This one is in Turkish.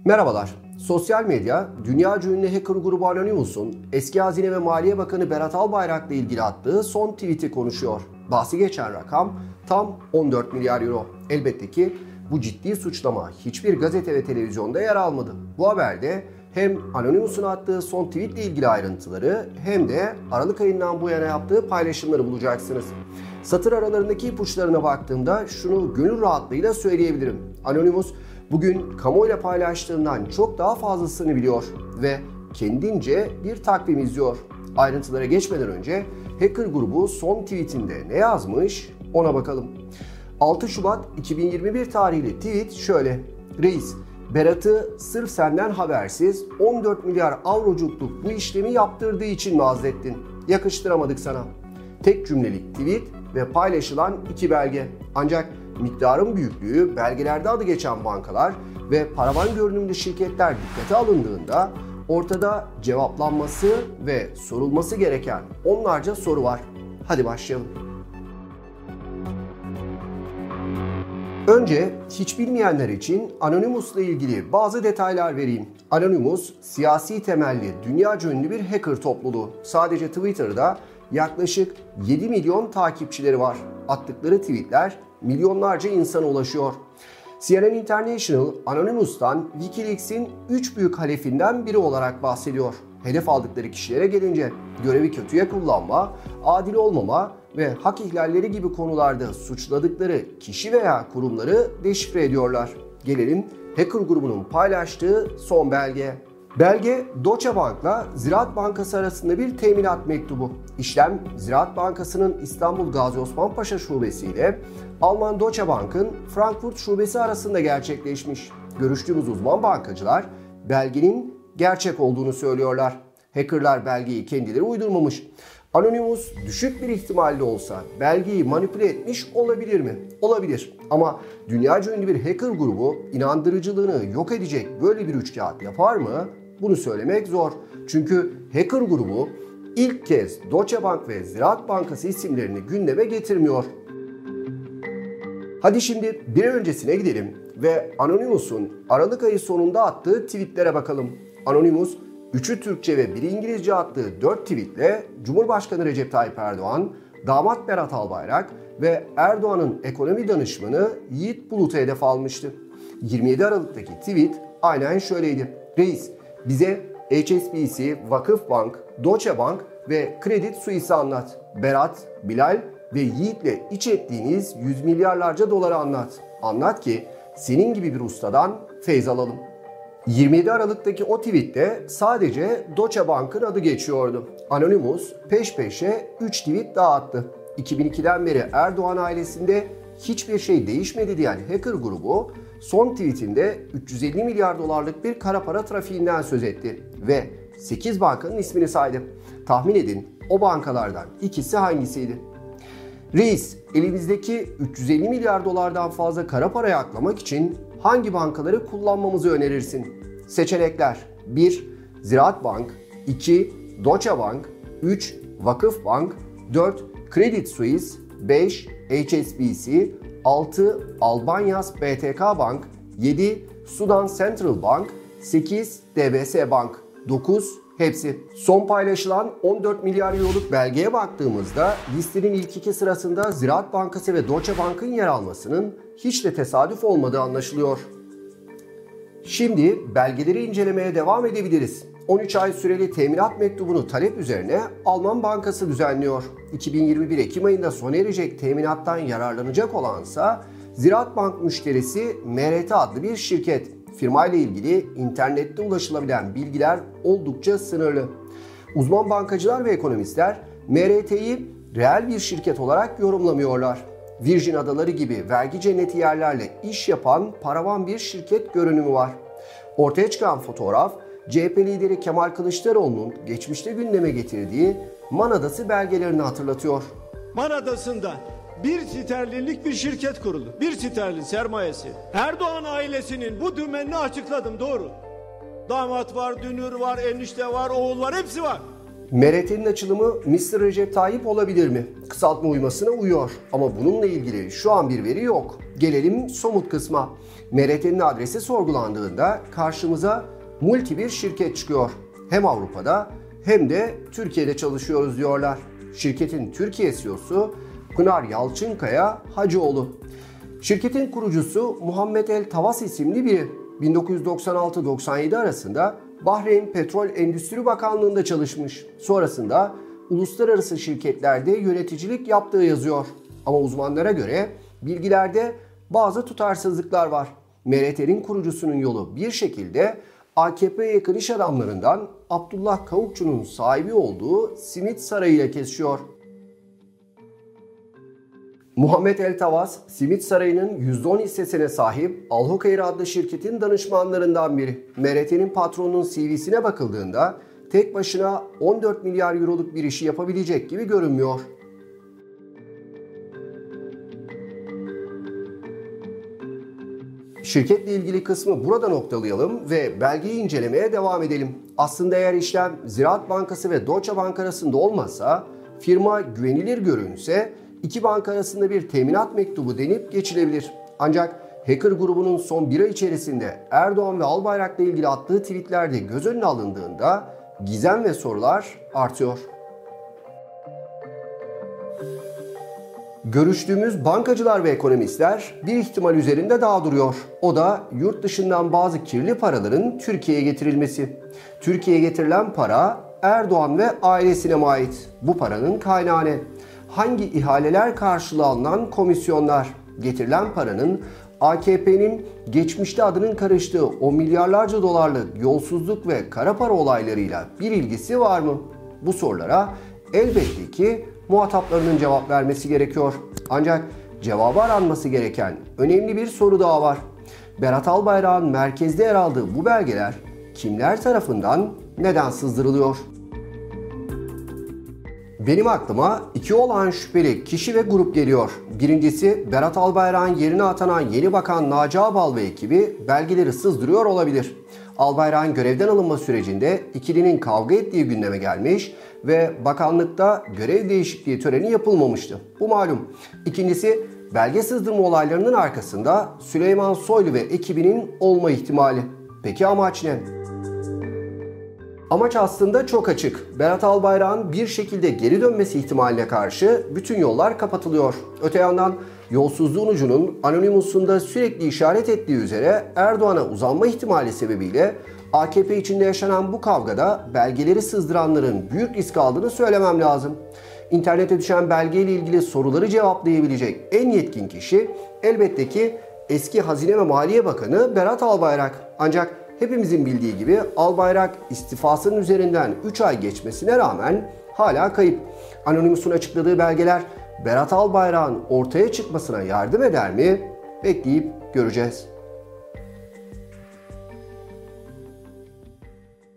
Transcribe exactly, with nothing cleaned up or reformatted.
Merhabalar. Sosyal medya, dünyaca ünlü hacker grubu Anonymous'un eski Hazine ve Maliye Bakanı Berat Albayrak'la ilgili attığı son tweet'i konuşuyor. Bahsi geçen rakam tam on dört milyar euro. Elbette ki bu ciddi suçlama hiçbir gazete ve televizyonda yer almadı. Bu haberde hem Anonymous'un attığı son tweetle ilgili ayrıntıları hem de Aralık ayından bu yana yaptığı paylaşımları bulacaksınız. Satır aralarındaki ipuçlarına baktığımda şunu gönül rahatlığıyla söyleyebilirim. Anonymous bugün kamuoyuyla paylaştığından çok daha fazlasını biliyor ve kendince bir takvim izliyor. Ayrıntılara geçmeden önce hacker grubu son tweetinde ne yazmış ona bakalım. altı Şubat iki bin yirmi bir tarihli tweet şöyle: Reis, Berat'ı sırf senden habersiz on dört milyar avrocukluk bu işlemi yaptırdığı için mi azlettin? Yakıştıramadık sana. Tek cümlelik tweet ve paylaşılan iki belge. Ancak miktarın büyüklüğü, belgelerde adı geçen bankalar ve paravan görünümlü şirketler dikkate alındığında ortada cevaplanması ve sorulması gereken onlarca soru var. Hadi başlayalım. Önce hiç bilmeyenler için Anonymous'la ilgili bazı detaylar vereyim. Anonymous, siyasi temelli dünyaca ünlü bir hacker topluluğu. Sadece Twitter'da yaklaşık yedi milyon takipçileri var. Attıkları tweetler milyonlarca insana ulaşıyor. C N N International, Anonymous'tan WikiLeaks'in üç büyük halefinden biri olarak bahsediyor. Hedef aldıkları kişilere gelince görevi kötüye kullanma, adil olmama ve hak ihlalleri gibi konularda suçladıkları kişi veya kurumları deşifre ediyorlar. Gelelim hacker grubunun paylaştığı son belge. Belge, Deutsche Bank'la Ziraat Bankası arasında bir teminat mektubu. İşlem, Ziraat Bankası'nın İstanbul Gazi Osman Paşa Şubesi ile Alman Deutsche Bank'ın Frankfurt Şubesi arasında gerçekleşmiş. Görüştüğümüz uzman bankacılar belgenin gerçek olduğunu söylüyorlar. Hackerlar belgeyi kendileri uydurmamış. Anonymous düşük bir ihtimalle olsa belgeyi manipüle etmiş olabilir mi? Olabilir. Ama dünyaca ünlü bir hacker grubu inandırıcılığını yok edecek böyle bir üçkağıt yapar mı? Bunu söylemek zor. Çünkü hacker grubu ilk kez Deutsche Bank ve Ziraat Bankası isimlerini gündeme getirmiyor. Hadi şimdi bir öncesine gidelim ve Anonymous'un Aralık ayı sonunda attığı tweetlere bakalım. Anonymous, üçü Türkçe ve biri İngilizce attığı dört tweetle Cumhurbaşkanı Recep Tayyip Erdoğan, damat Berat Albayrak ve Erdoğan'ın ekonomi danışmanı Yiğit Bulut'u hedef almıştı. yirmi yedi Aralık'taki tweet aynen şöyleydi. Reis, bize H S B C, Vakıfbank, Deutsche Bank ve Credit Suisse'i anlat. Berat, Bilal ve Yiğit'le iç ettiğiniz yüz milyarlarca doları anlat. Anlat ki senin gibi bir ustadan feyz alalım. yirmi yedi Aralık'taki o tweette sadece Deutsche Bank'ın adı geçiyordu. Anonymous peş peşe üç tweet daha attı. iki bin ikiden beri Erdoğan ailesinde hiçbir şey değişmedi diyen hacker grubu son tweetinde üç yüz elli milyar dolarlık bir kara para trafiğinden söz etti ve sekiz bankanın ismini saydı. Tahmin edin o bankalardan ikisi hangisiydi? Reis, elimizdeki üç yüz elli milyar dolardan fazla kara parayı aklamak için hangi bankaları kullanmamızı önerirsin? Seçenekler: bir Ziraat Bank, iki Deutsche Bank, üç Vakıfbank, dört Credit Suisse, beş H S B C, altı Albanyas B T K Bank, yedi Sudan Central Bank, sekiz D B S Bank, dokuz hepsi. Son paylaşılan on dört milyar euroluk belgeye baktığımızda listenin ilk iki sırasında Ziraat Bankası ve Deutsche Bank'ın yer almasının hiç de tesadüf olmadığı anlaşılıyor. Şimdi belgeleri incelemeye devam edebiliriz. on üç ay süreli teminat mektubunu talep üzerine Alman Bankası düzenliyor. iki bin yirmi bir Ekim ayında sona erecek teminattan yararlanacak olansa Ziraat Bank müşterisi M R T adlı bir şirket. Firmayla ilgili internette ulaşılabilen bilgiler oldukça sınırlı. Uzman bankacılar ve ekonomistler M R T'yi reel bir şirket olarak yorumlamıyorlar. Virgin Adaları gibi vergi cenneti yerlerle iş yapan paravan bir şirket görünümü var. Ortaya çıkan fotoğraf, C H P lideri Kemal Kılıçdaroğlu'nun geçmişte gündeme getirdiği Man Adası belgelerini hatırlatıyor. Man Adası'nda bir sterlinlik bir şirket kuruldu. Bir sterlin sermayesi. Erdoğan ailesinin bu dümenini açıkladım, doğru. Damat var, dünür var, enişte var, oğul var, hepsi var. M R T'nin açılımı mister Recep Tayyip olabilir mi? Kısaltma uymasına uyuyor ama bununla ilgili şu an bir veri yok. Gelelim somut kısma. M R T'nin adresi sorgulandığında karşımıza multi bir şirket çıkıyor. Hem Avrupa'da hem de Türkiye'de çalışıyoruz diyorlar. Şirketin Türkiye C E O'su Pınar Yalçınkaya Hacıoğlu. Şirketin kurucusu Muhammed El Tavas isimli biri. bin dokuz yüz doksan altı doksan yedi arasında Bahreyn Petrol Endüstri Bakanlığı'nda çalışmış. Sonrasında uluslararası şirketlerde yöneticilik yaptığı yazıyor. Ama uzmanlara göre bilgilerde bazı tutarsızlıklar var. M R T'nin kurucusunun yolu bir şekilde A K P'ye yakın iş adamlarından Abdullah Kavukçu'nun sahibi olduğu Simit Sarayı ile kesişiyor. Muhammed El Tavas, Simit Sarayı'nın yüzde on hissesine sahip Al-Hokair adlı şirketin danışmanlarından biri. M R T'nin patronunun C V'sine bakıldığında tek başına on dört milyar euroluk bir işi yapabilecek gibi görünmüyor. Şirketle ilgili kısmı burada noktalayalım ve belgeyi incelemeye devam edelim. Aslında eğer işlem Ziraat Bankası ve Deutsche Bank arasında olmasa, firma güvenilir görünse iki banka arasında bir teminat mektubu denip geçilebilir. Ancak hacker grubunun son bir ay içerisinde Erdoğan ve Albayrak'la ilgili attığı tweetlerde göz önüne alındığında gizem ve sorular artıyor. Görüştüğümüz bankacılar ve ekonomistler bir ihtimal üzerinde daha duruyor. O da yurt dışından bazı kirli paraların Türkiye'ye getirilmesi. Türkiye'ye getirilen para Erdoğan ve ailesine mi ait? Bu paranın kaynağı ne? Hangi ihaleler karşılığı alınan komisyonlar? Getirilen paranın A K P'nin geçmişte adının karıştığı o milyarlarca dolarlık yolsuzluk ve kara para olaylarıyla bir ilgisi var mı? Bu sorulara elbette ki muhataplarının cevap vermesi gerekiyor. Ancak cevabı aranması gereken önemli bir soru daha var. Berat Albayrak'ın merkezde yer aldığı bu belgeler kimler tarafından neden sızdırılıyor? Benim aklıma iki olağan şüpheli kişi ve grup geliyor. Birincisi Berat Albayrak'ın yerine atanan yeni bakan Naci Ağbal ve ekibi belgeleri sızdırıyor olabilir. Albayrak'ın görevden alınma sürecinde ikilinin kavga ettiği gündeme gelmiş ve bakanlıkta görev değişikliği töreni yapılmamıştı. Bu malum. İkincisi belge sızdırma olaylarının arkasında Süleyman Soylu ve ekibinin olma ihtimali. Peki amaç ne? Amaç aslında çok açık. Berat Albayrak'ın bir şekilde geri dönmesi ihtimaline karşı bütün yollar kapatılıyor. Öte yandan yolsuzluğun ucunun Anonymous'un da sürekli işaret ettiği üzere Erdoğan'a uzanma ihtimali sebebiyle A K P içinde yaşanan bu kavgada belgeleri sızdıranların büyük risk aldığını söylemem lazım. İnternete düşen belgeyle ilgili soruları cevaplayabilecek en yetkin kişi elbette ki eski Hazine ve Maliye Bakanı Berat Albayrak. Ancak hepimizin bildiği gibi Albayrak istifasının üzerinden üç ay geçmesine rağmen hala kayıp. Anonymous'un açıkladığı belgeler Berat Albayrak'ın ortaya çıkmasına yardım eder mi? Bekleyip göreceğiz.